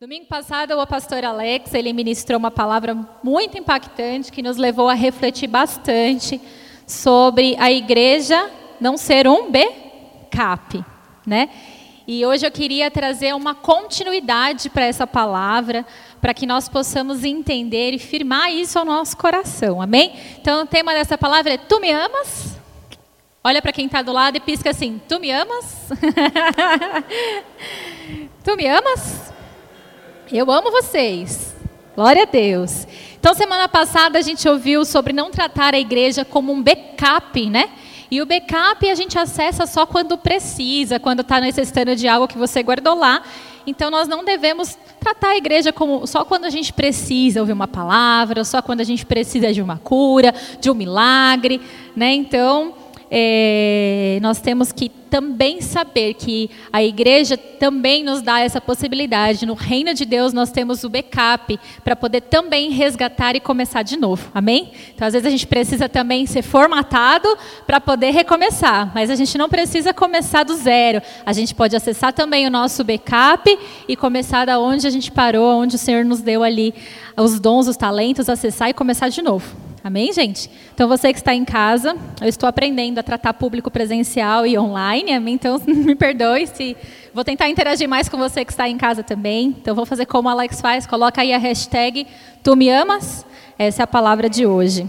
Domingo passado, o pastor Alex, ele ministrou uma palavra muito impactante que nos levou a refletir bastante sobre a igreja não ser um backup, né? E hoje eu queria trazer uma continuidade para essa palavra, para que nós possamos entender e firmar isso ao nosso coração, amém? Então o tema dessa palavra é: tu me amas? Olha para quem está do lado e pisca assim: tu me amas? Tu me amas? Eu amo vocês. Glória a Deus. Então, semana passada a gente ouviu sobre não tratar a igreja como um backup, né? E o backup a gente acessa só quando precisa, quando está necessitando de algo que você guardou lá. Então, nós não devemos tratar a igreja como só quando a gente precisa ouvir uma palavra, só quando a gente precisa de uma cura, de um milagre, né? Então, nós temos que também saber que a igreja também nos dá essa possibilidade. No reino de Deus nós temos o backup para poder também resgatar e começar de novo, amém? Então às vezes a gente precisa também ser formatado para poder recomeçar, mas a gente não precisa começar do zero. A gente pode acessar também o nosso backup e começar da onde a gente parou, onde o Senhor nos deu ali os dons, os talentos, acessar e começar de novo. Amém, gente? Então, você que está em casa, eu estou aprendendo a tratar público presencial e online, amém? Então, me perdoe se... Vou tentar interagir mais com você que está em casa também. Então, vou fazer como o Alex faz, coloca aí a hashtag Tu Me Amas? Essa é a palavra de hoje.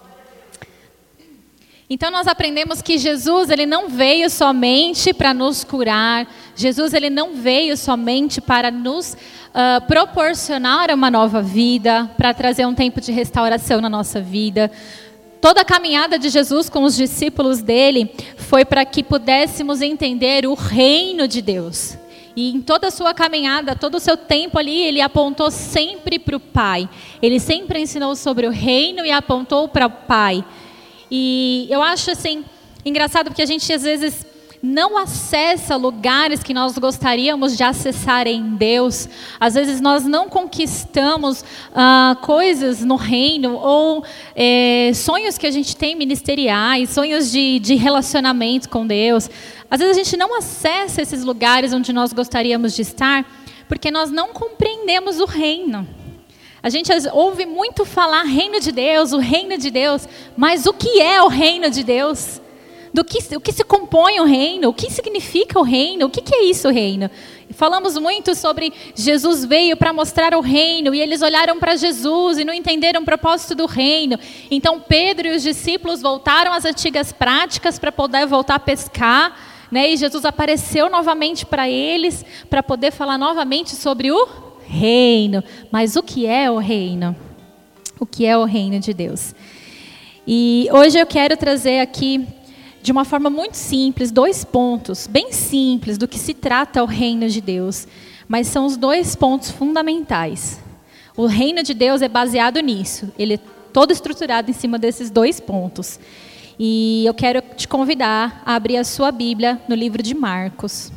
Então, nós aprendemos que Jesus, ele não veio somente para nos curar. Jesus, ele não veio somente para nos proporcionar uma nova vida, para trazer um tempo de restauração na nossa vida. Toda a caminhada de Jesus com os discípulos dele foi para que pudéssemos entender o reino de Deus. E em toda a sua caminhada, todo o seu tempo ali, ele apontou sempre para o Pai. Ele sempre ensinou sobre o reino e apontou para o Pai. E eu acho assim, engraçado porque a gente às vezes não acessa lugares que nós gostaríamos de acessar em Deus. Às vezes nós não conquistamos coisas no reino ou sonhos que a gente tem ministeriais, sonhos de relacionamento com Deus. Às vezes a gente não acessa esses lugares onde nós gostaríamos de estar porque nós não compreendemos o reino. A gente ouve muito falar reino de Deus, o reino de Deus, mas o que é o reino de Deus? O que se compõe o reino? O que significa o reino? O que é isso o reino? Falamos muito sobre Jesus veio para mostrar o reino e eles olharam para Jesus e não entenderam o propósito do reino. Então Pedro e os discípulos voltaram às antigas práticas para poder voltar a pescar, né? E Jesus apareceu novamente para eles para poder falar novamente sobre o reino. Mas o que é o reino? O que é o reino de Deus? E hoje eu quero trazer aqui de uma forma muito simples, 2 pontos, bem simples do que se trata o reino de Deus. Mas são os 2 pontos fundamentais. O reino de Deus é baseado nisso. Ele é todo estruturado em cima desses 2 pontos. E eu quero te convidar a abrir a sua Bíblia no livro de Marcos.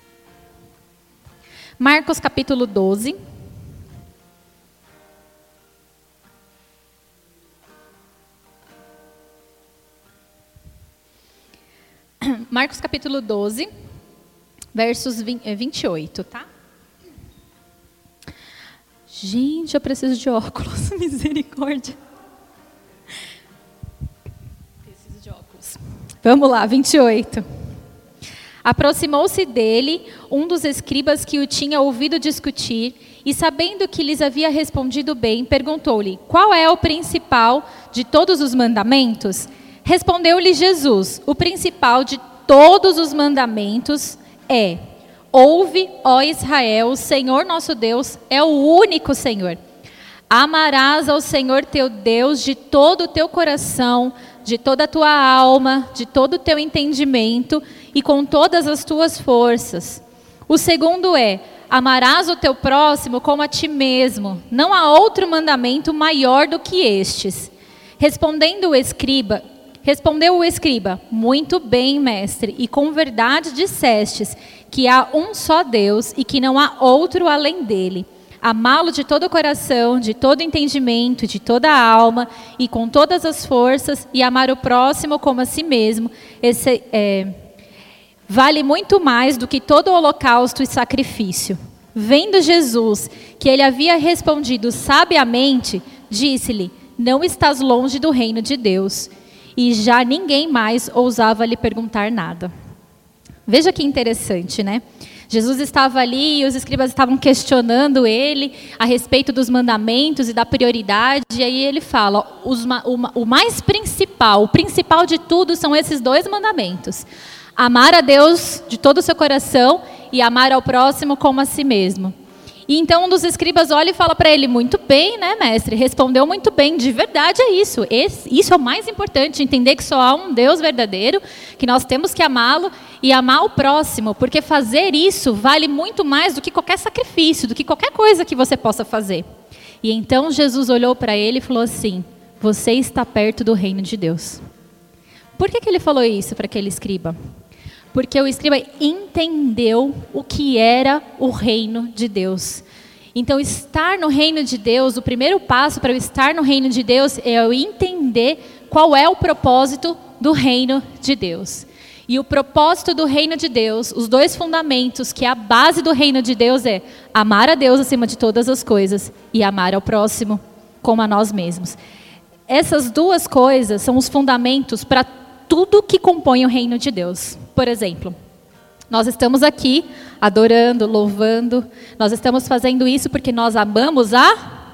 Marcos capítulo 12. Marcos capítulo 12, versos 28, tá? Gente, eu preciso de óculos, misericórdia. Preciso de óculos. Vamos lá, 28. Aproximou-se dele um dos escribas que o tinha ouvido discutir e, sabendo que lhes havia respondido bem, perguntou-lhe: qual é o principal de todos os mandamentos? Respondeu-lhe Jesus: o principal de todos os mandamentos é: ouve, ó Israel, o Senhor nosso Deus é o único Senhor. Amarás ao Senhor teu Deus de todo o teu coração, de toda a tua alma, de todo o teu entendimento e com todas as tuas forças. O segundo é: amarás o teu próximo como a ti mesmo. Não há outro mandamento maior do que estes. Respondeu o escriba: muito bem, mestre, e com verdade dissestes que há um só Deus e que não há outro além dele. Amá-lo de todo o coração, de todo o entendimento, de toda a alma e com todas as forças, e amar o próximo como a si mesmo. Vale muito mais do que todo holocausto e sacrifício. vendo Jesus, que ele havia respondido sabiamente, disse-lhe: não estás longe do reino de Deus. E já ninguém mais ousava lhe perguntar nada. Veja que interessante, né? Jesus estava ali e os escribas estavam questionando ele a respeito dos mandamentos e da prioridade. E aí ele fala, o mais principal, o principal de tudo são esses 2 mandamentos. Amar a Deus de todo o seu coração e amar ao próximo como a si mesmo. E então um dos escribas olha e fala para ele: muito bem, né, mestre? Respondeu muito bem, de verdade é isso. Isso é o mais importante, entender que só há um Deus verdadeiro, que nós temos que amá-lo e amar o próximo, porque fazer isso vale muito mais do que qualquer sacrifício, do que qualquer coisa que você possa fazer. E então Jesus olhou para ele e falou assim: você está perto do reino de Deus. Por que ele falou isso para aquele escriba? Porque o escriba entendeu o que era o reino de Deus. Então, estar no reino de Deus, o primeiro passo para eu estar no reino de Deus é eu entender qual é o propósito do reino de Deus. E o propósito do reino de Deus, os 2 fundamentos, que é a base do reino de Deus, é amar a Deus acima de todas as coisas e amar ao próximo como a nós mesmos. Essas 2 coisas são os fundamentos para tudo que compõe o reino de Deus. Por exemplo, nós estamos aqui adorando, louvando, nós estamos fazendo isso porque nós amamos a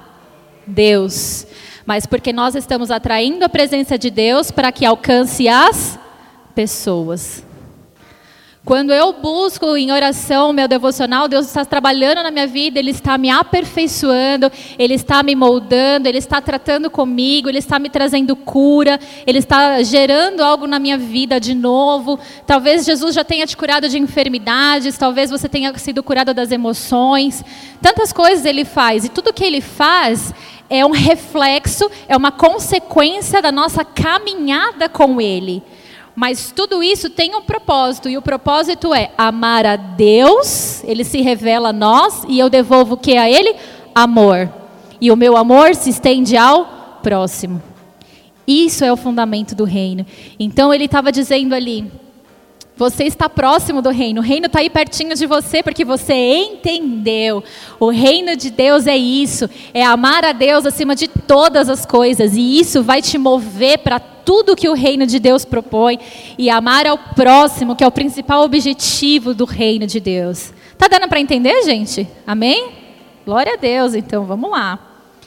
Deus, mas porque nós estamos atraindo a presença de Deus para que alcance as pessoas. Quando eu busco em oração, meu devocional, Deus está trabalhando na minha vida, Ele está me aperfeiçoando, Ele está me moldando, Ele está tratando comigo, Ele está me trazendo cura, Ele está gerando algo na minha vida de novo. Talvez Jesus já tenha te curado de enfermidades, talvez você tenha sido curado das emoções. Tantas coisas Ele faz, e tudo que Ele faz é um reflexo, é uma consequência da nossa caminhada com Ele. Mas tudo isso tem um propósito, e o propósito é amar a Deus, Ele se revela a nós, e eu devolvo o que a Ele? Amor. E o meu amor se estende ao próximo. Isso é o fundamento do reino. Então Ele estava dizendo ali, você está próximo do reino, o reino está aí pertinho de você, porque você entendeu. O reino de Deus é isso, é amar a Deus acima de todas as coisas, e isso vai te mover para tudo que o reino de Deus propõe, e amar ao próximo, que é o principal objetivo do reino de Deus. Tá dando para entender, gente? Amém? Glória a Deus, então, vamos lá.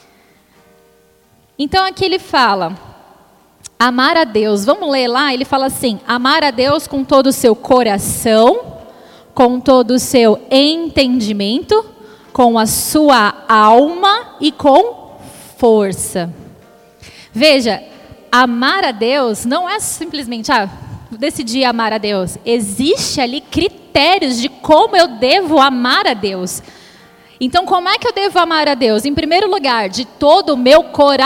Então aqui ele fala, amar a Deus, vamos ler lá, ele fala assim, amar a Deus com todo o seu coração, com todo o seu entendimento, com a sua alma e com força. Veja, amar a Deus não é simplesmente, decidi amar a Deus. Existe ali critérios de como eu devo amar a Deus. Então, como é que eu devo amar a Deus? Em primeiro lugar, de todo o meu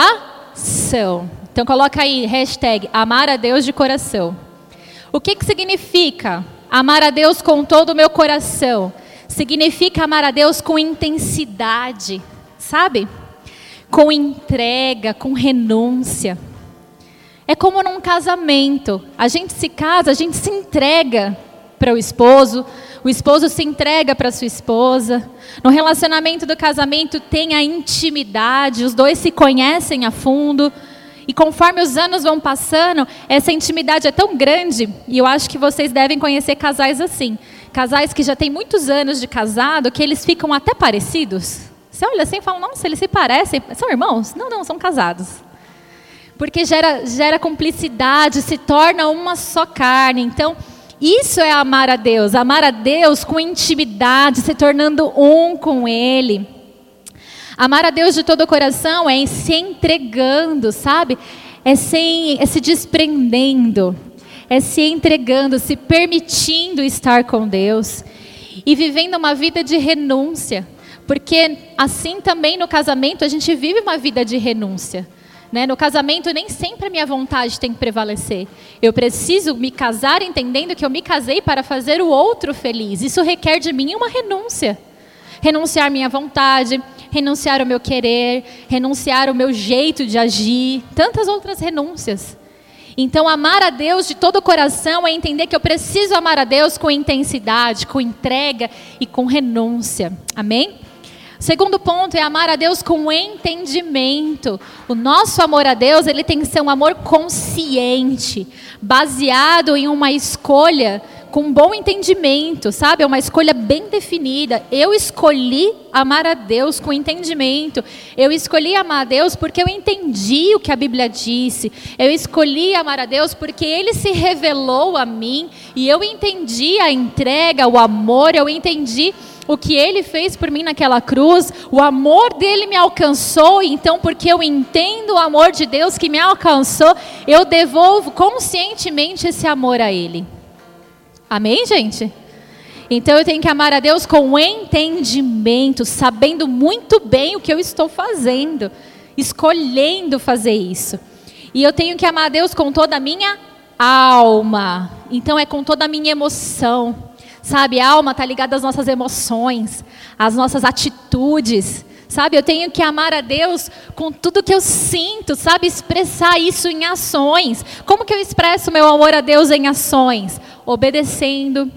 coração. Então, coloca aí, hashtag, amar a Deus de coração. O que significa amar a Deus com todo o meu coração? Significa amar a Deus com intensidade, sabe? Com entrega, com renúncia. É como num casamento, a gente se casa, a gente se entrega para o esposo se entrega para sua esposa. No relacionamento do casamento tem a intimidade, os 2 se conhecem a fundo, e conforme os anos vão passando, essa intimidade é tão grande, e eu acho que vocês devem conhecer casais assim, casais que já têm muitos anos de casado, que eles ficam até parecidos. Você olha assim e fala, nossa, eles se parecem, são irmãos? Não, são casados. Porque gera cumplicidade, se torna uma só carne. Então, isso é amar a Deus com intimidade, se tornando um com Ele. Amar a Deus de todo o coração é se entregando, sabe? É se desprendendo, é se entregando, se permitindo estar com Deus e vivendo uma vida de renúncia. Porque assim também no casamento a gente vive uma vida de renúncia. No casamento nem sempre a minha vontade tem que prevalecer. Eu preciso me casar entendendo que eu me casei para fazer o outro feliz. Isso requer de mim uma renúncia. Renunciar minha vontade, renunciar o meu querer, renunciar o meu jeito de agir. Tantas outras renúncias. Então, amar a Deus de todo o coração é entender que eu preciso amar a Deus com intensidade, com entrega e com renúncia. Amém? O segundo ponto é amar a Deus com entendimento. O nosso amor a Deus, ele tem que ser um amor consciente, baseado em uma escolha com bom entendimento, sabe? É uma escolha bem definida. Eu escolhi amar a Deus com entendimento. Eu escolhi amar a Deus porque eu entendi o que a Bíblia disse. Eu escolhi amar a Deus porque Ele se revelou a mim e eu entendi a entrega, o amor, eu entendi o que Ele fez por mim naquela cruz, o amor dele me alcançou, então porque eu entendo o amor de Deus que me alcançou, eu devolvo conscientemente esse amor a Ele. Amém, gente? Então eu tenho que amar a Deus com entendimento, sabendo muito bem o que eu estou fazendo, escolhendo fazer isso. E eu tenho que amar a Deus com toda a minha alma, então é com toda a minha emoção. Sabe, a alma está ligada às nossas emoções, às nossas atitudes. Sabe, eu tenho que amar a Deus com tudo que eu sinto, sabe, expressar isso em ações. Como que eu expresso meu amor a Deus em ações? Obedecendo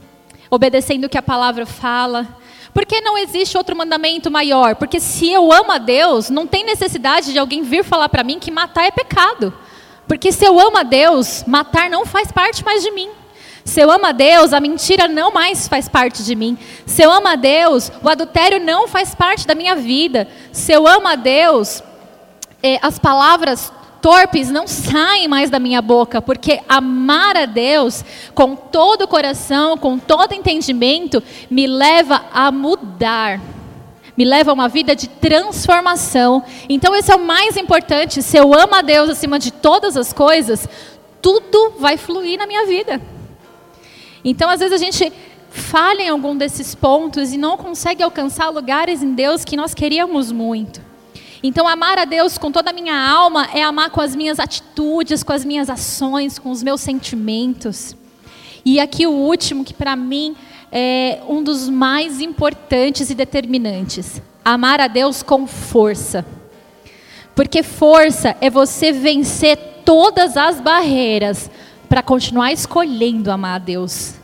o que a palavra fala. Porque não existe outro mandamento maior. Porque se eu amo a Deus, não tem necessidade de alguém vir falar para mim que matar é pecado. Porque se eu amo a Deus, matar não faz parte mais de mim. Se eu amo a Deus, a mentira não mais faz parte de mim. Se eu amo a Deus, o adultério não faz parte da minha vida. Se eu amo a Deus, as palavras torpes não saem mais da minha boca, porque amar a Deus com todo o coração, com todo entendimento, me leva a mudar. Me leva a uma vida de transformação. Então esse é o mais importante. Se eu amo a Deus acima de todas as coisas, tudo vai fluir na minha vida. Então, às vezes a gente falha em algum desses pontos e não consegue alcançar lugares em Deus que nós queríamos muito. Então, amar a Deus com toda a minha alma é amar com as minhas atitudes, com as minhas ações, com os meus sentimentos. E aqui o último, que para mim é um dos mais importantes e determinantes. Amar a Deus com força. Porque força é você vencer todas as barreiras para continuar escolhendo amar a Deus.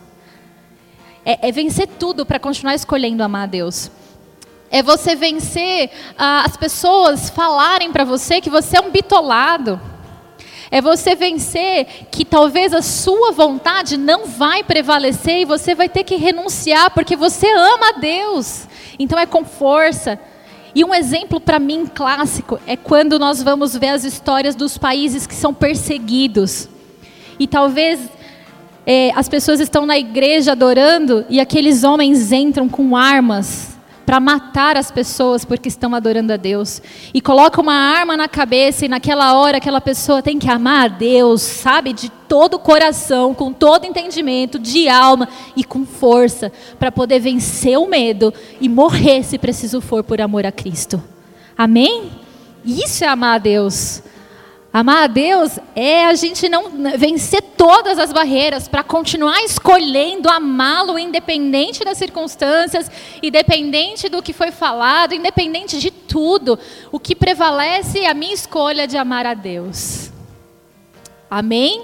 É vencer tudo para continuar escolhendo amar a Deus. É você vencer as pessoas falarem para você que você é um bitolado. É você vencer que talvez a sua vontade não vai prevalecer e você vai ter que renunciar porque você ama a Deus. Então é com força. E um exemplo para mim clássico é quando nós vamos ver as histórias dos países que são perseguidos. E talvez as pessoas estão na igreja adorando e aqueles homens entram com armas para matar as pessoas porque estão adorando a Deus. E colocam uma arma na cabeça e naquela hora aquela pessoa tem que amar a Deus, sabe? De todo o coração, com todo entendimento, de alma e com força, para poder vencer o medo e morrer se preciso for por amor a Cristo. Amém? Isso é amar a Deus. Amar a Deus é a gente não vencer todas as barreiras para continuar escolhendo amá-lo independente das circunstâncias, independente do que foi falado, independente de tudo. O que prevalece é a minha escolha de amar a Deus. Amém?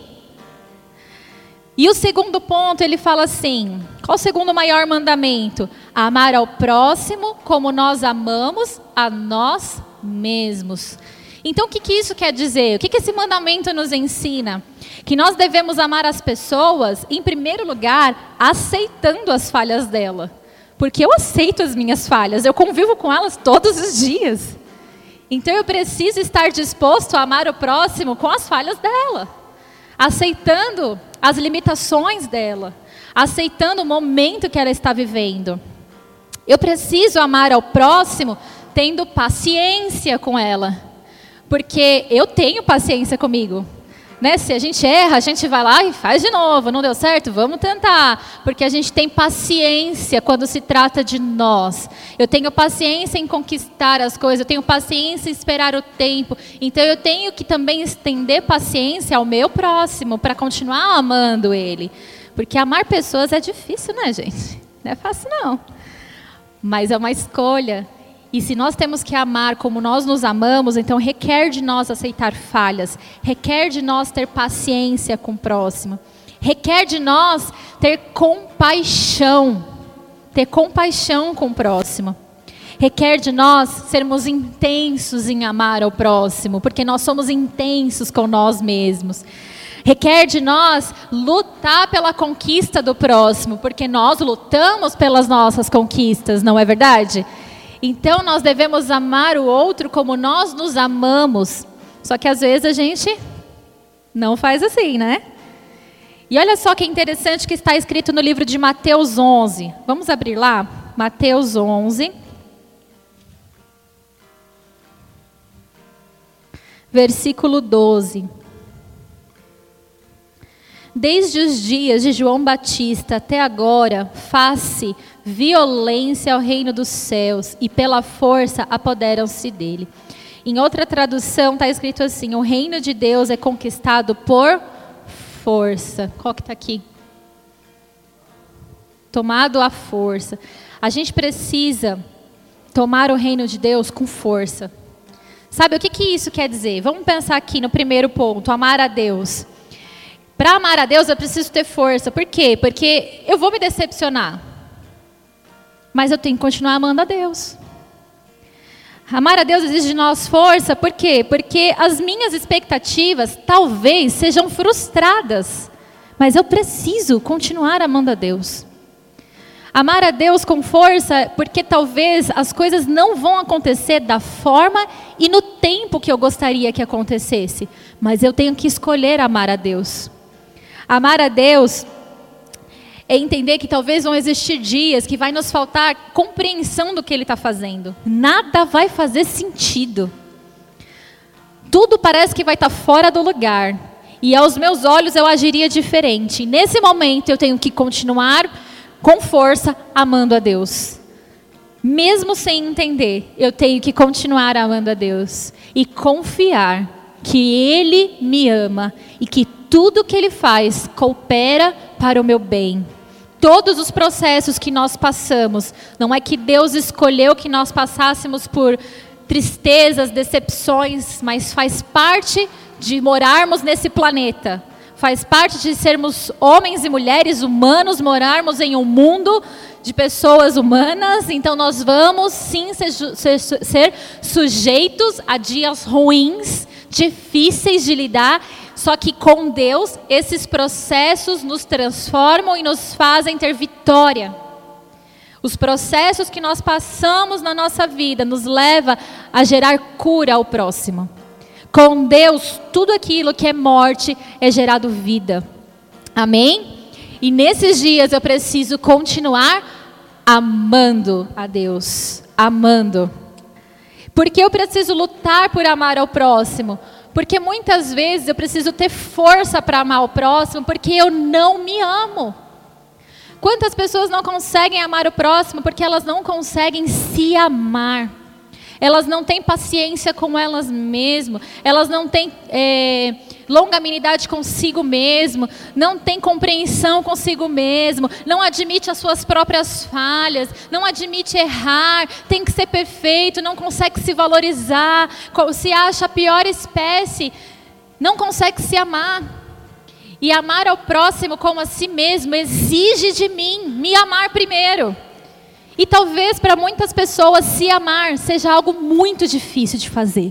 E o segundo ponto, ele fala assim, qual o segundo maior mandamento? Amar ao próximo como nós amamos a nós mesmos. Então, o que isso quer dizer? O que esse mandamento nos ensina? Que nós devemos amar as pessoas, em primeiro lugar, aceitando as falhas dela. Porque eu aceito as minhas falhas, eu convivo com elas todos os dias. Então, eu preciso estar disposto a amar o próximo com as falhas dela. Aceitando as limitações dela. Aceitando o momento que ela está vivendo. Eu preciso amar ao próximo tendo paciência com ela. Porque eu tenho paciência comigo, né? Se a gente erra, a gente vai lá e faz de novo. Não deu certo? Vamos tentar. Porque a gente tem paciência quando se trata de nós. Eu tenho paciência em conquistar as coisas. Eu tenho paciência em esperar o tempo. Então eu tenho que também estender paciência ao meu próximo para continuar amando ele. Porque amar pessoas é difícil, né, gente? Não é fácil, não. Mas é uma escolha. E se nós temos que amar como nós nos amamos, então requer de nós aceitar falhas, requer de nós ter paciência com o próximo, requer de nós ter compaixão com o próximo. Requer de nós sermos intensos em amar ao próximo, porque nós somos intensos com nós mesmos. Requer de nós lutar pela conquista do próximo, porque nós lutamos pelas nossas conquistas, não é verdade? Então nós devemos amar o outro como nós nos amamos. Só que às vezes a gente não faz assim, né? E olha só que interessante que está escrito no livro de Mateus 11. Vamos abrir lá? Mateus 11. Versículo 12. Desde os dias de João Batista até agora, faz-se violência ao reino dos céus e pela força apoderam-se dele. Em outra tradução está escrito assim: o reino de Deus é conquistado por força. Qual que está aqui? Tomado à força. A gente precisa tomar o reino de Deus com força. Sabe o que isso quer dizer? Vamos pensar aqui no primeiro ponto, amar a Deus. Para amar a Deus eu preciso ter força. Por quê? Porque eu vou me decepcionar. Mas eu tenho que continuar amando a Deus. Amar a Deus exige de nós força. Por quê? Porque as minhas expectativas talvez sejam frustradas. Mas eu preciso continuar amando a Deus. Amar a Deus com força, porque talvez as coisas não vão acontecer da forma e no tempo que eu gostaria que acontecesse. Mas eu tenho que escolher amar a Deus. Amar a Deus é entender que talvez vão existir dias que vai nos faltar compreensão do que Ele está fazendo. Nada vai fazer sentido. Tudo parece que vai estar fora do lugar. E aos meus olhos eu agiria diferente. E nesse momento eu tenho que continuar com força amando a Deus. Mesmo sem entender, eu tenho que continuar amando a Deus. E confiar que Ele me ama e que tudo que Ele faz coopera para o meu bem. Todos os processos que nós passamos, não é que Deus escolheu que nós passássemos por tristezas, decepções, mas faz parte de morarmos nesse planeta. Faz parte de sermos homens e mulheres humanos, morarmos em um mundo de pessoas humanas. Então nós vamos sim ser sujeitos a dias ruins, difíceis de lidar. Só que com Deus, esses processos nos transformam e nos fazem ter vitória. Os processos que nós passamos na nossa vida nos leva a gerar cura ao próximo. Com Deus, tudo aquilo que é morte é gerado vida. Amém? E nesses dias eu preciso continuar amando a Deus. Amando. Porque eu preciso lutar por amar ao próximo. Porque muitas vezes eu preciso ter força para amar o próximo, porque eu não me amo. Quantas pessoas não conseguem amar o próximo porque elas não conseguem se amar? Elas não têm paciência com elas mesmas, elas não têm longanimidade consigo mesmo, não têm compreensão consigo mesmo, não admite as suas próprias falhas, não admite errar, tem que ser perfeito, não consegue se valorizar, se acha a pior espécie, não consegue se amar. E amar ao próximo como a si mesmo exige de mim me amar primeiro. E talvez para muitas pessoas se amar seja algo muito difícil de fazer.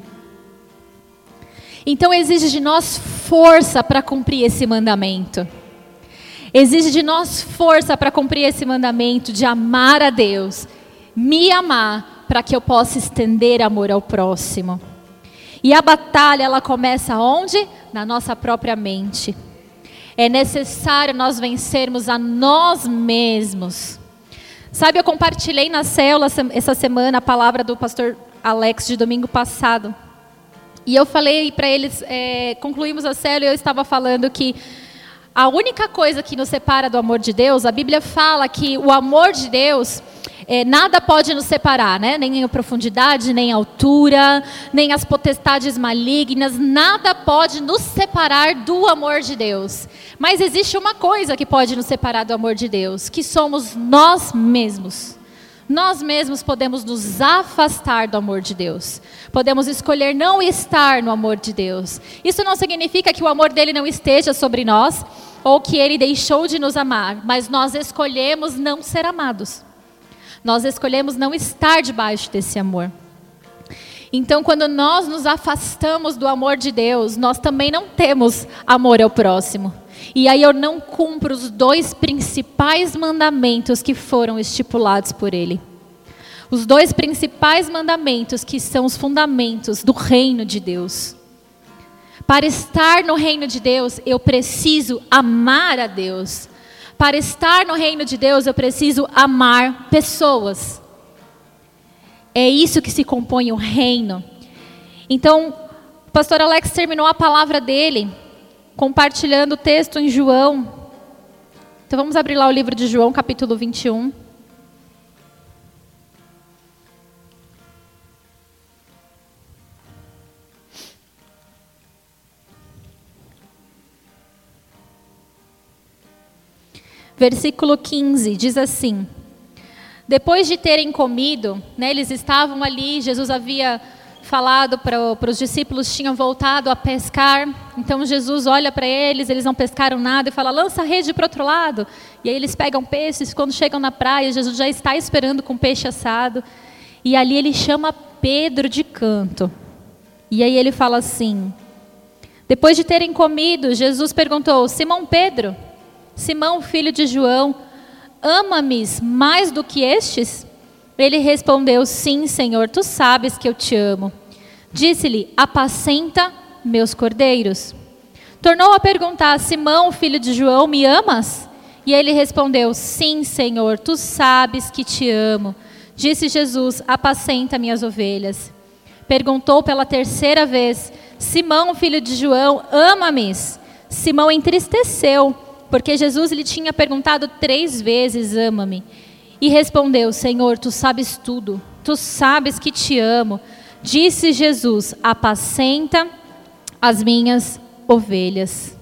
Então exige de nós força para cumprir esse mandamento. Exige de nós força para cumprir esse mandamento de amar a Deus. Me amar para que eu possa estender amor ao próximo. E a batalha ela começa onde? Na nossa própria mente. É necessário nós vencermos a nós mesmos. Sabe, eu compartilhei na célula essa semana a palavra do pastor Alex de domingo passado. E eu falei para eles, concluímos a célula e eu estava falando que a única coisa que nos separa do amor de Deus, a Bíblia fala que o amor de Deus, nada pode nos separar, né? Nem a profundidade, nem a altura, nem as potestades malignas, nada pode nos separar do amor de Deus. Mas existe uma coisa que pode nos separar do amor de Deus, que somos nós mesmos. Nós mesmos podemos nos afastar do amor de Deus. Podemos escolher não estar no amor de Deus. Isso não significa que o amor dele não esteja sobre nós, ou que ele deixou de nos amar, mas nós escolhemos não ser amados. Nós escolhemos não estar debaixo desse amor. Então, quando nós nos afastamos do amor de Deus, nós também não temos amor ao próximo. E aí eu não cumpro os 2 principais mandamentos que foram estipulados por Ele. Os 2 principais mandamentos que são os fundamentos do reino de Deus. Para estar no reino de Deus, eu preciso amar a Deus. Para estar no reino de Deus, eu preciso amar pessoas. É isso que se compõe o reino. Então, o pastor Alex terminou a palavra dele compartilhando o texto em João. Então vamos abrir lá o livro de João, capítulo 21. Versículo 15, diz assim: depois de terem comido, eles estavam ali, Jesus havia falado para os discípulos, tinham voltado a pescar. Então Jesus olha para eles, eles não pescaram nada e fala: lança a rede para o outro lado. E aí eles pegam peixes, quando chegam na praia, Jesus já está esperando com peixe assado. E ali ele chama Pedro de canto. E aí ele fala assim: depois de terem comido, Jesus perguntou: Simão Pedro, Simão filho de João, ama-me mais do que estes? Ele respondeu: sim, Senhor, tu sabes que eu te amo. Disse-lhe: apacenta meus cordeiros. Tornou a perguntar: Simão, filho de João, me amas? E ele respondeu: sim, Senhor, tu sabes que te amo. Disse Jesus: apacenta minhas ovelhas. Perguntou pela 3ª vez: Simão, filho de João, ama-me? Simão entristeceu, porque Jesus lhe tinha perguntado 3 vezes: ama-me. E respondeu: Senhor, tu sabes tudo, tu sabes que te amo. Disse Jesus: apacenta as minhas ovelhas.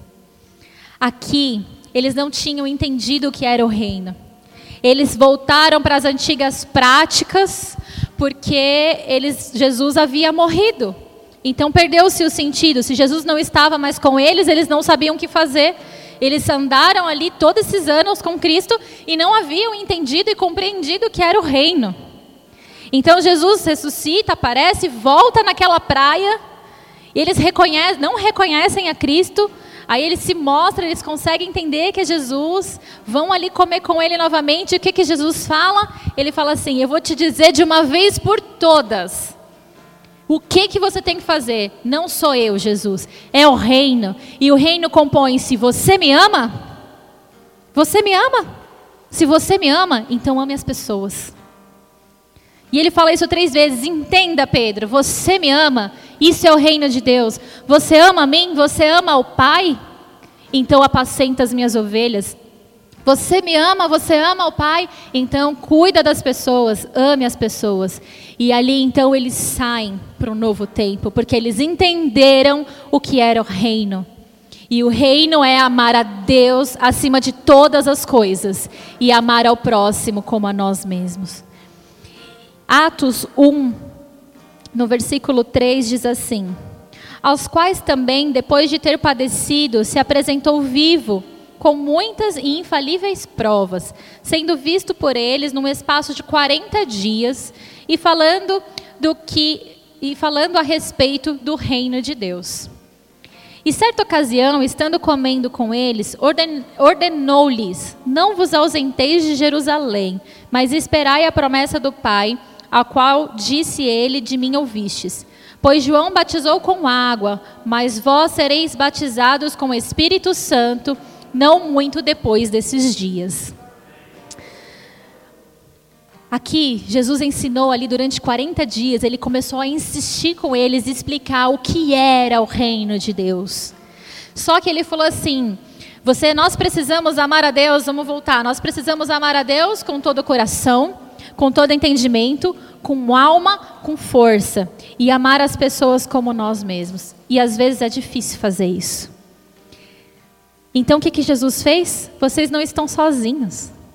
Aqui, eles não tinham entendido o que era o reino. Eles voltaram para as antigas práticas, porque Jesus havia morrido. Então perdeu-se o sentido. Se Jesus não estava mais com eles, eles não sabiam o que fazer. Eles andaram ali todos esses anos com Cristo e não haviam entendido e compreendido o que era o reino. Então Jesus ressuscita, aparece, volta naquela praia, e eles não reconhecem a Cristo. Aí ele se mostra, eles conseguem entender que é Jesus, vão ali comer com ele novamente. E o que Jesus fala? Ele fala assim: eu vou te dizer de uma vez por todas, o que você tem que fazer? Não sou eu, Jesus, é o reino. E o reino compõe-se: você me ama? Você me ama? Se você me ama, então ame as pessoas. E ele fala isso 3 vezes. Entenda, Pedro, você me ama? Isso é o reino de Deus. Você ama a mim? Você ama o Pai? Então apacenta as minhas ovelhas. Você me ama? Você ama o Pai? Então cuida das pessoas, ame as pessoas. E ali então eles saem para um novo tempo, porque eles entenderam o que era o reino. E o reino é amar a Deus acima de todas as coisas e amar ao próximo como a nós mesmos. Atos 1, no versículo 3 diz assim: aos quais também, depois de ter padecido, se apresentou vivo, com muitas e infalíveis provas, sendo visto por eles num espaço de 40 dias, e falando a respeito do reino de Deus. E certa ocasião, estando comendo com eles, ordenou-lhes: não vos ausenteis de Jerusalém, mas esperai a promessa do Pai, a qual disse ele: de mim ouvistes. Pois João batizou com água, mas vós sereis batizados com o Espírito Santo, não muito depois desses dias. Aqui, Jesus ensinou ali durante 40 dias, ele começou a insistir com eles, explicar o que era o reino de Deus. Só que ele falou assim: nós precisamos amar a Deus, vamos voltar, nós precisamos amar a Deus com todo o coração, com todo entendimento, com alma, com força, e amar as pessoas como nós mesmos. E às vezes é difícil fazer isso. Então o que Jesus fez? Vocês não estão sozinhos.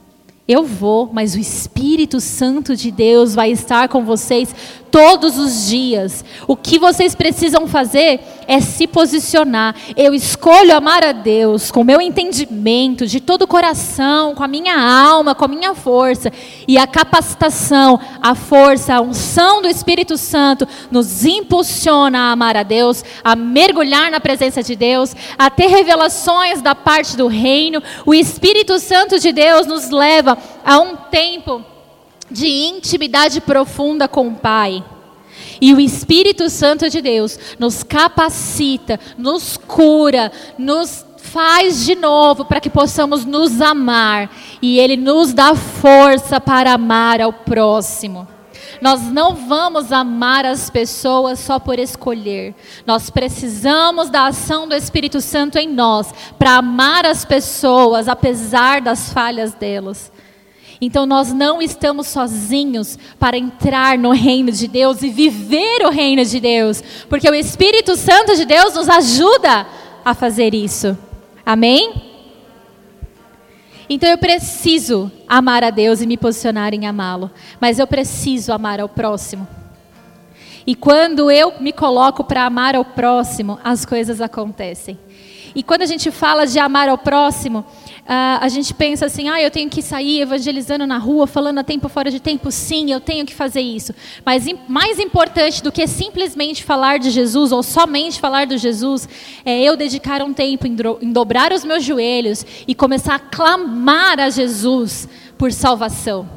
Eu vou, mas o Espírito Santo de Deus vai estar com vocês todos os dias. O que vocês precisam fazer é se posicionar. Eu escolho amar a Deus com o meu entendimento, de todo o coração, com a minha alma, com a minha força. E a capacitação, a força, a unção do Espírito Santo nos impulsiona a amar a Deus, a mergulhar na presença de Deus, a ter revelações da parte do reino. O Espírito Santo de Deus nos leva a um tempo de intimidade profunda com o Pai. E o Espírito Santo de Deus nos capacita, nos cura, nos faz de novo para que possamos nos amar. E Ele nos dá força para amar ao próximo. Nós não vamos amar as pessoas só por escolher. Nós precisamos da ação do Espírito Santo em nós para amar as pessoas, apesar das falhas delas. Então nós não estamos sozinhos para entrar no reino de Deus e viver o reino de Deus, porque o Espírito Santo de Deus nos ajuda a fazer isso. Amém? Então eu preciso amar a Deus e me posicionar em amá-lo, mas eu preciso amar ao próximo. E quando eu me coloco para amar ao próximo, as coisas acontecem. E quando a gente fala de amar ao próximo, a gente pensa assim, eu tenho que sair evangelizando na rua, falando a tempo fora de tempo. Sim, eu tenho que fazer isso. Mas mais importante do que simplesmente falar de Jesus, ou somente falar de Jesus, é eu dedicar um tempo em dobrar os meus joelhos e começar a clamar a Jesus por salvação.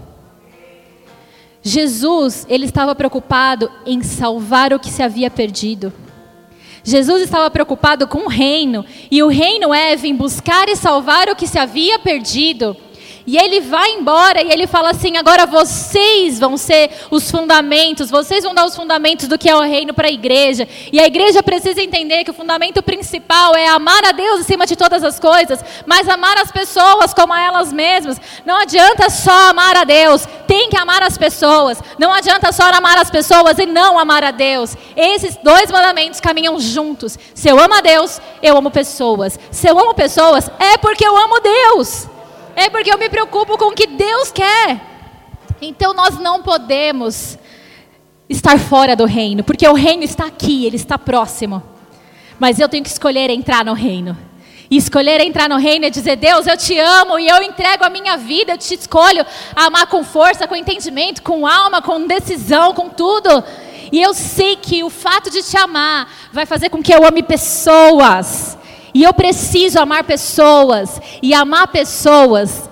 Jesus, ele estava preocupado em salvar o que se havia perdido. Jesus estava preocupado com o reino, e o reino é vir buscar e salvar o que se havia perdido. E ele vai embora e ele fala assim, agora vocês vão ser os fundamentos, vocês vão dar os fundamentos do que é o reino para a igreja. E a igreja precisa entender que o fundamento principal é amar a Deus acima de todas as coisas, mas amar as pessoas como a elas mesmas. Não adianta só amar a Deus, tem que amar as pessoas. Não adianta só amar as pessoas e não amar a Deus. Esses dois mandamentos caminham juntos. Se eu amo a Deus, eu amo pessoas. Se eu amo pessoas, é porque eu amo Deus. É porque eu me preocupo com o que Deus quer. Então nós não podemos estar fora do reino, porque o reino está aqui, ele está próximo. Mas eu tenho que escolher entrar no reino. E escolher entrar no reino é dizer, Deus, eu te amo e eu entrego a minha vida, eu te escolho a amar com força, com entendimento, com alma, com decisão, com tudo. E eu sei que o fato de te amar vai fazer com que eu ame pessoas. E eu preciso amar pessoas. E amar pessoas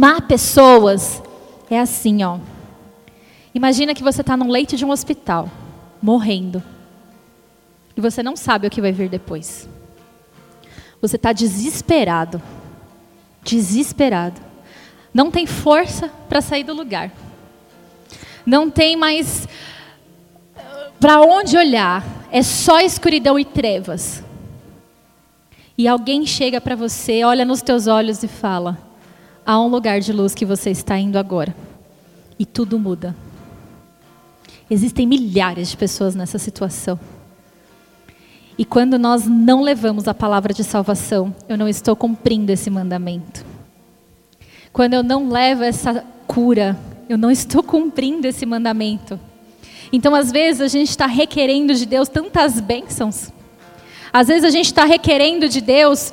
é assim, ó. Imagina que você está num leito de um hospital, morrendo. E você não sabe o que vai vir depois. Você está desesperado. Desesperado. Não tem força para sair do lugar. Não tem mais para onde olhar. É só escuridão e trevas. E alguém chega para você, olha nos teus olhos e fala, há um lugar de luz que você está indo agora. E tudo muda. Existem milhares de pessoas nessa situação. E quando nós não levamos a palavra de salvação, eu não estou cumprindo esse mandamento. Quando eu não levo essa cura, eu não estou cumprindo esse mandamento. Então, às vezes, a gente está requerendo de Deus tantas bênçãos. Às vezes a gente está requerendo de Deus,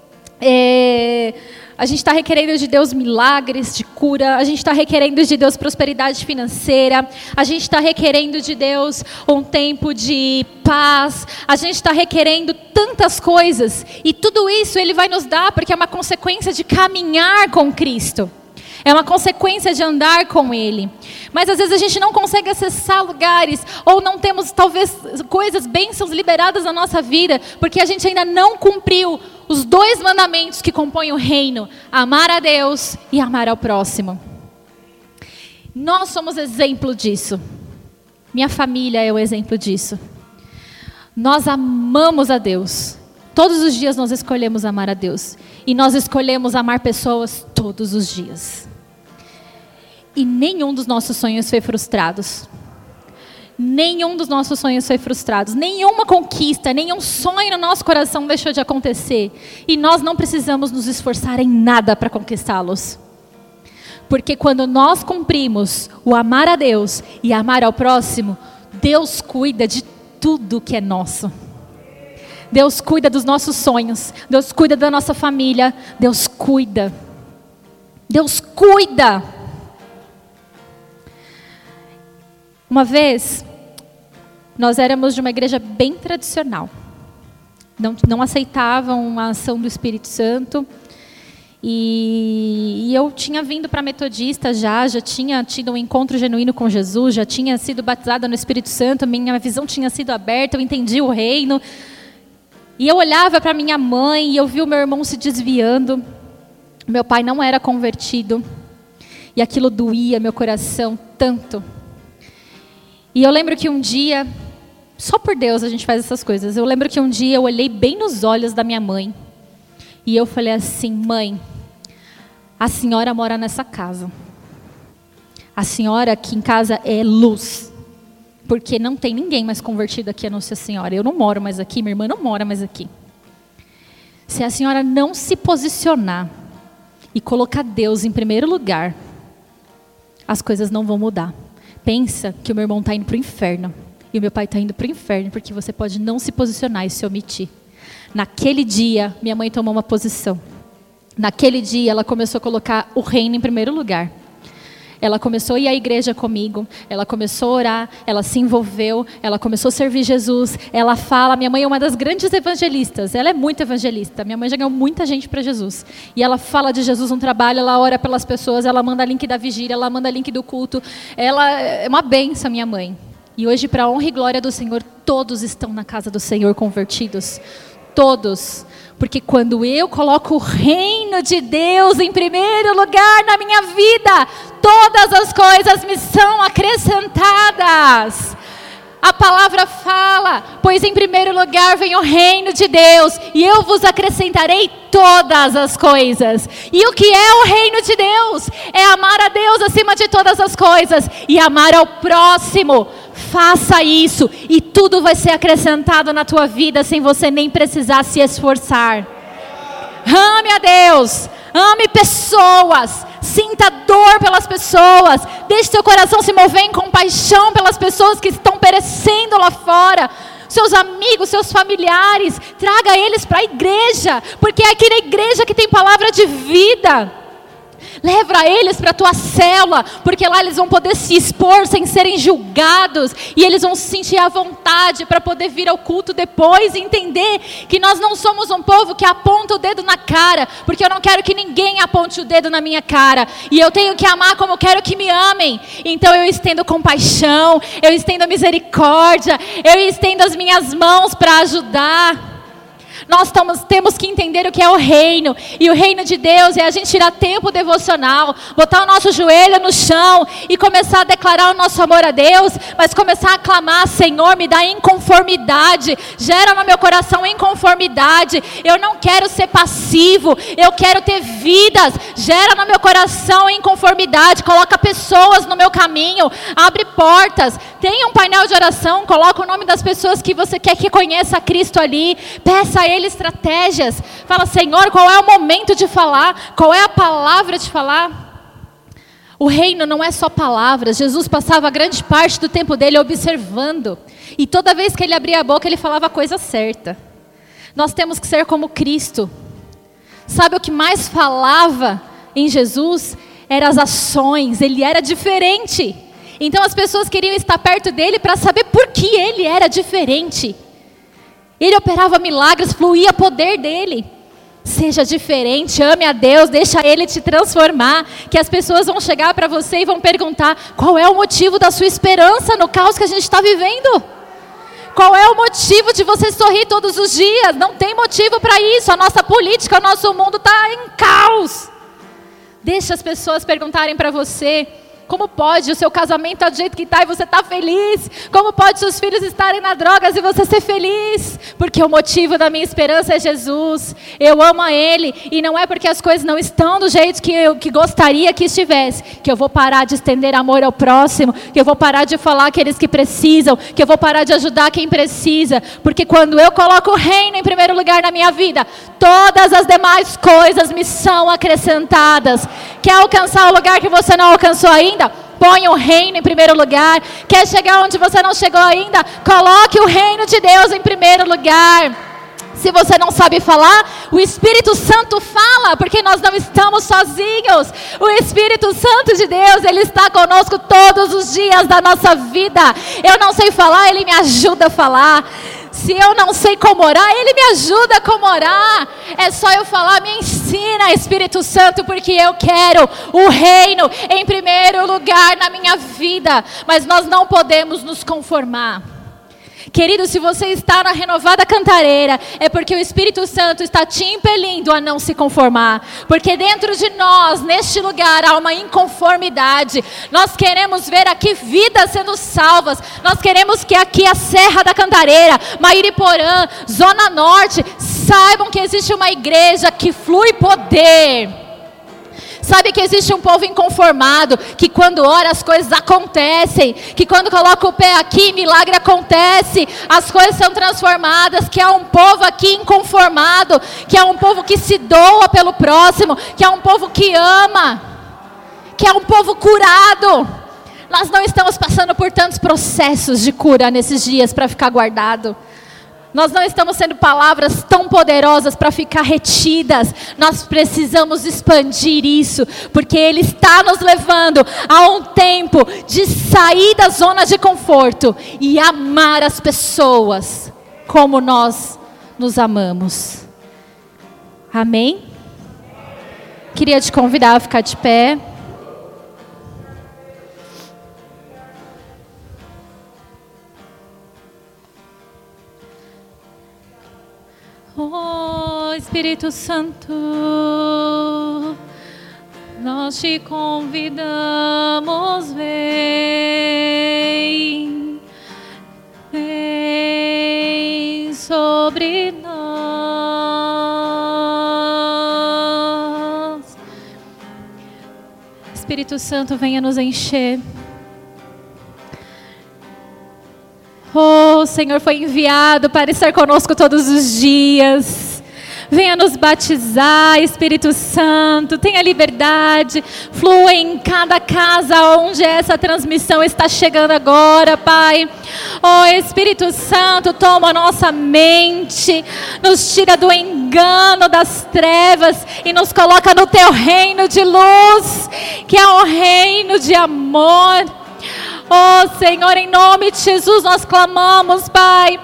milagres de cura, a gente está requerendo de Deus prosperidade financeira, a gente está requerendo de Deus um tempo de paz, a gente está requerendo tantas coisas, e tudo isso Ele vai nos dar porque é uma consequência de caminhar com Cristo. É uma consequência de andar com Ele. Mas às vezes a gente não consegue acessar lugares, ou não temos talvez coisas, bênçãos liberadas na nossa vida, porque a gente ainda não cumpriu os dois mandamentos que compõem o reino: amar a Deus e amar ao próximo. Nós somos exemplo disso. Minha família é o exemplo disso. Nós amamos a Deus. Todos os dias nós escolhemos amar a Deus. E nós escolhemos amar pessoas todos os dias. E nenhum dos nossos sonhos foi frustrado. Nenhum dos nossos sonhos foi frustrado. Nenhuma conquista, nenhum sonho no nosso coração deixou de acontecer. E nós não precisamos nos esforçar em nada para conquistá-los. Porque quando nós cumprimos o amar a Deus e amar ao próximo, Deus cuida de tudo que é nosso. Deus cuida dos nossos sonhos. Deus cuida da nossa família. Deus cuida. Deus cuida. Uma vez, nós éramos de uma igreja bem tradicional. Não aceitavam a ação do Espírito Santo. E eu tinha vindo para a Metodista já tinha tido um encontro genuíno com Jesus, já tinha sido batizada no Espírito Santo, minha visão tinha sido aberta, eu entendi o reino. E eu olhava para minha mãe e eu vi o meu irmão se desviando. Meu pai não era convertido. E aquilo doía meu coração tanto. E eu lembro que um dia, só por Deus a gente faz essas coisas. Eu lembro que um dia eu olhei bem nos olhos da minha mãe. E eu falei assim: mãe, a senhora mora nessa casa. A senhora aqui em casa é luz. Porque não tem ninguém mais convertido aqui a não ser a senhora. Eu não moro mais aqui, minha irmã não mora mais aqui. Se a senhora não se posicionar e colocar Deus em primeiro lugar, as coisas não vão mudar. Pensa que o meu irmão está indo para o inferno. E o meu pai está indo para o inferno porque você pode não se posicionar e se omitir. Naquele dia, minha mãe tomou uma posição. Naquele dia, ela começou a colocar o reino em primeiro lugar. Ela começou a ir à igreja comigo, ela começou a orar, ela se envolveu, ela começou a servir Jesus. Ela fala, minha mãe é uma das grandes evangelistas, ela é muito evangelista. Minha mãe já ganhou muita gente para Jesus. E ela fala de Jesus no trabalho, ela ora pelas pessoas, ela manda link da vigília, ela manda link do culto. Ela é uma bênção, minha mãe. E hoje, para a honra e glória do Senhor, todos estão na casa do Senhor convertidos. Todos. Porque quando eu coloco o reino de Deus em primeiro lugar na minha vida, todas as coisas me são acrescentadas. A palavra fala, pois em primeiro lugar vem o reino de Deus, e eu vos acrescentarei todas as coisas. E o que é o reino de Deus? É amar a Deus acima de todas as coisas, e amar ao próximo. Faça isso, e tudo vai ser acrescentado na tua vida, sem você nem precisar se esforçar. Ame a Deus, ame pessoas, sinta dor pelas pessoas, deixe seu coração se mover em compaixão pelas pessoas que estão perecendo lá fora. Seus amigos, seus familiares, traga eles para a igreja, porque é aqui na igreja que tem palavra de vida. Leva eles para a tua célula, porque lá eles vão poder se expor sem serem julgados, e eles vão se sentir à vontade para poder vir ao culto depois e entender que nós não somos um povo que aponta o dedo na cara, porque eu não quero que ninguém aponte o dedo na minha cara, e eu tenho que amar como eu quero que me amem. Então eu estendo compaixão, eu estendo misericórdia, eu estendo as minhas mãos para ajudar. Nós temos que entender o que é o reino. E o reino de Deus é a gente tirar tempo devocional, botar o nosso joelho no chão e começar a declarar o nosso amor a Deus, mas começar a clamar: Senhor, me dá inconformidade, gera no meu coração inconformidade. Eu não quero ser passivo, eu quero ter vidas. Gera no meu coração inconformidade, coloca pessoas no meu caminho, abre portas. Tenha um painel de oração, coloca o nome das pessoas que você quer que conheça a Cristo ali, peça a Ele estratégias. Fala: Senhor, qual é o momento de falar? Qual é a palavra de falar? O reino não é só palavras. Jesus passava grande parte do tempo dele observando, e toda vez que ele abria a boca, ele falava a coisa certa. Nós temos que ser como Cristo. Sabe o que mais falava em Jesus? Eram as ações. Ele era diferente. Então as pessoas queriam estar perto dele para saber por que ele era diferente. Ele operava milagres, fluía poder dele. Seja diferente, ame a Deus, deixa Ele te transformar, que as pessoas vão chegar para você e vão perguntar: qual é o motivo da sua esperança no caos que a gente está vivendo? Qual é o motivo de você sorrir todos os dias? Não tem motivo para isso. A nossa política, o nosso mundo está em caos. Deixa as pessoas perguntarem para você: como pode o seu casamento estar do jeito que está e você está feliz? Como pode seus filhos estarem na drogas e você ser feliz? Porque o motivo da minha esperança é Jesus. Eu amo a Ele, e não é porque as coisas não estão do jeito que eu gostaria que estivesse, que eu vou parar de estender amor ao próximo, que eu vou parar de falar àqueles que precisam, que eu vou parar de ajudar quem precisa. Porque quando eu coloco o reino em primeiro lugar na minha vida, todas as demais coisas me são acrescentadas. Quer alcançar o lugar que você não alcançou ainda? Põe o reino em primeiro lugar. Quer chegar onde você não chegou ainda? Coloque o reino de Deus em primeiro lugar. Se você não sabe falar, o Espírito Santo fala, porque nós não estamos sozinhos. O Espírito Santo de Deus, Ele está conosco todos os dias da nossa vida. Eu não sei falar, Ele me ajuda a falar. Se eu não sei como orar, Ele me ajuda a como orar. É só eu falar, me ensina, Espírito Santo, porque eu quero o reino em primeiro lugar na minha vida. Mas nós não podemos nos conformar. Querido, se você está na Renovada Cantareira, é porque o Espírito Santo está te impelindo a não se conformar. Porque dentro de nós, neste lugar, há uma inconformidade. Nós queremos ver aqui vidas sendo salvas. Nós queremos que aqui a Serra da Cantareira, Mairiporã, Zona Norte, saibam que existe uma igreja que flui poder. Sabe que existe um povo inconformado, que quando ora as coisas acontecem, que quando coloca o pé aqui, milagre acontece, as coisas são transformadas, que há um povo aqui inconformado, que há um povo que se doa pelo próximo, que há um povo que ama, que há um povo curado. Nós não estamos passando por tantos processos de cura nesses dias para ficar guardado. Nós não estamos sendo palavras tão poderosas para ficar retidas. Nós precisamos expandir isso, porque Ele está nos levando a um tempo de sair da zona de conforto e amar as pessoas como nós nos amamos. Amém? Queria te convidar a ficar de pé. Oh, Espírito Santo, nós te convidamos, vem sobre nós. Espírito Santo, venha nos encher. Oh, o Senhor foi enviado para estar conosco todos os dias. Venha nos batizar, Espírito Santo. Tenha liberdade. Flua em cada casa onde essa transmissão está chegando agora, Pai. Oh, Espírito Santo, toma a nossa mente. Nos tira do engano das trevas e nos coloca no Teu reino de luz, que é um reino de amor. Oh, Senhor, em nome de Jesus nós clamamos, Pai.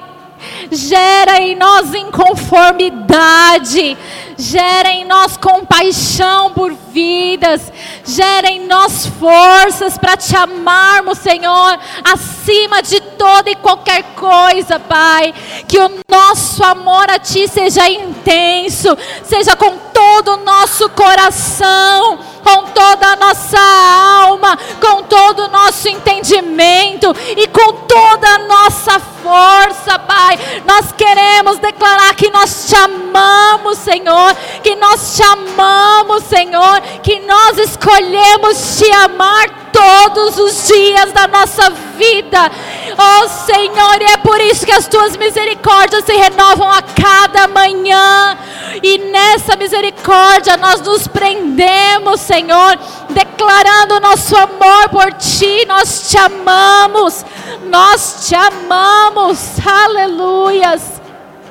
Gera em nós inconformidade. Gera em nós compaixão por vidas. Gera em nós forças para Te amarmos, Senhor, acima de toda e qualquer coisa, Pai. Que o nosso amor a Ti seja intenso, seja com todo o nosso coração, com toda a nossa alma, com todo o nosso entendimento e com toda a nossa força, Pai. Nós queremos declarar que nós Te amamos, Senhor, que nós Te amamos, Senhor, que nós escolhemos Te amar todos os dias da nossa vida. Oh, Senhor, e é por isso que as Tuas misericórdias se renovam a cada manhã. E nessa misericórdia nós nos prendemos, Senhor, declarando o nosso amor por Ti. Nós Te amamos, nós Te amamos. Aleluias.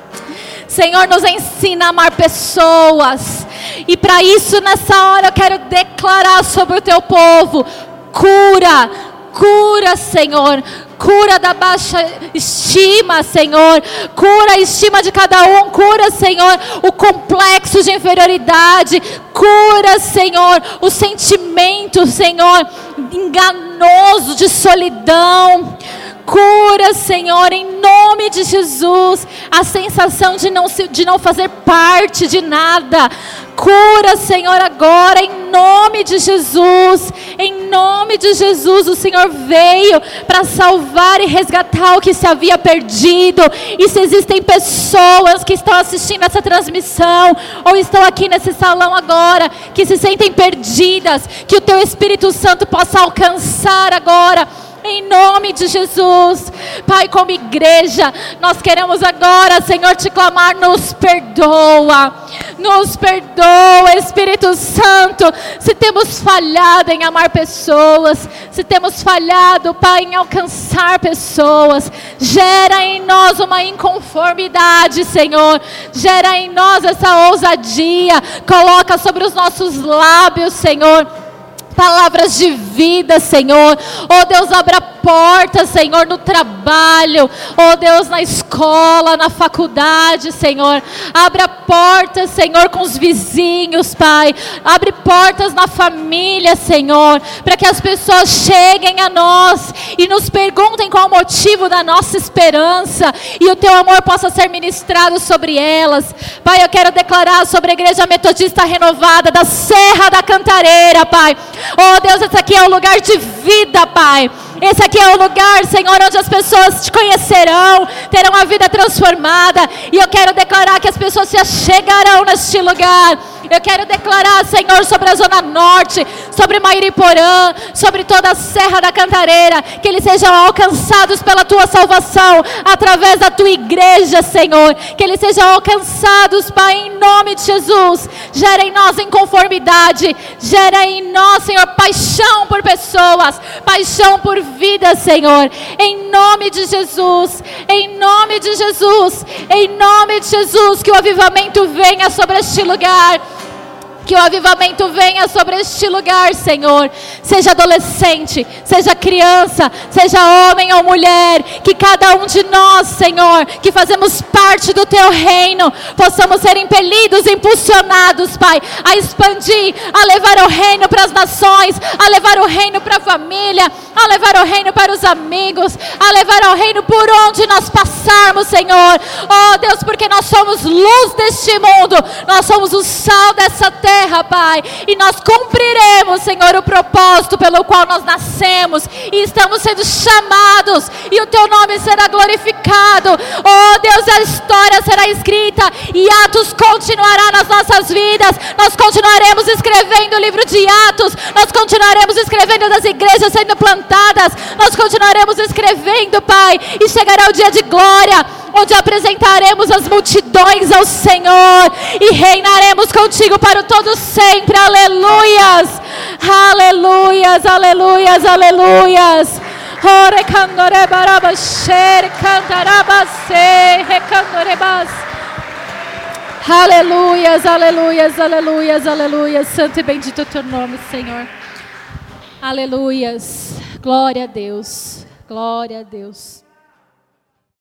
Senhor, nos ensina a amar pessoas. E para isso, nessa hora, eu quero declarar sobre o Teu povo: cura, cura, Senhor. Cura da baixa estima, Senhor. Cura a estima de cada um. Cura, Senhor, o complexo de inferioridade. Cura, Senhor, o sentimento, Senhor, enganoso de solidão. Cura, Senhor, em nome de Jesus, a sensação de não fazer parte de nada. Cura, Senhor, agora, em nome de Jesus. Em nome de Jesus, o Senhor veio para salvar e resgatar o que se havia perdido. E se existem pessoas que estão assistindo essa transmissão, ou estão aqui nesse salão agora, que se sentem perdidas, que o Teu Espírito Santo possa alcançar agora, em nome de Jesus. Pai, como igreja, nós queremos agora, Senhor, Te clamar: nos perdoa. Nos perdoa, Espírito Santo, se temos falhado em amar pessoas, se temos falhado, Pai, em alcançar pessoas. Gera em nós uma inconformidade, Senhor. Gera em nós essa ousadia. Coloca sobre os nossos lábios, Senhor, palavras de vida, Senhor. Oh Deus, abra portas, Senhor, no trabalho. Oh Deus, na escola, na faculdade, Senhor. Abra portas, Senhor, com os vizinhos, Pai. Abre portas na família, Senhor, para que as pessoas cheguem a nós e nos perguntem qual o motivo da nossa esperança e o Teu amor possa ser ministrado sobre elas. Pai, eu quero declarar sobre a Igreja Metodista Renovada da Serra da Cantareira, Pai. Oh Deus, esse aqui é o lugar de vida, Pai. Esse aqui é o lugar, Senhor, onde as pessoas te conhecerão, terão a vida transformada. E eu quero declarar que as pessoas se achegarão neste lugar. Eu quero declarar, Senhor, sobre a Zona Norte, sobre Mairiporã, sobre toda a Serra da Cantareira, que eles sejam alcançados pela Tua salvação, através da Tua igreja, Senhor. Que eles sejam alcançados, Pai, em nome de Jesus. Gera em nós inconformidade, gera em nós, Senhor, paixão por pessoas, paixão por vida, Senhor. Em nome de Jesus, em nome de Jesus, em nome de Jesus, que o avivamento venha sobre este lugar. Que o avivamento venha sobre este lugar, Senhor. Seja adolescente, seja criança, seja homem ou mulher. Que cada um de nós, Senhor, que fazemos parte do Teu reino, possamos ser impelidos, impulsionados, Pai, a expandir, a levar o reino para as nações, a levar o reino para a família, a levar o reino para os amigos, a levar o reino por onde nós passarmos, Senhor. Oh Deus, porque nós somos luz deste mundo, nós somos o sal dessa terra, Pai, e nós cumpriremos, Senhor, o propósito pelo qual nós nascemos e estamos sendo chamados, e o Teu nome será glorificado. Oh Deus, a história será escrita e Atos continuará nas nossas vidas. Nós continuaremos escrevendo o livro de Atos, nós continuaremos escrevendo das igrejas sendo plantadas, nós continuaremos escrevendo, Pai, e chegará o dia de glória, onde apresentaremos as multidões ao Senhor e reinaremos contigo para o todo sempre. Aleluias, aleluias, aleluias, aleluias. Aleluias, aleluias, aleluias, aleluias. Santo e bendito é o Teu nome, Senhor. Aleluias. Glória a Deus. Glória a Deus.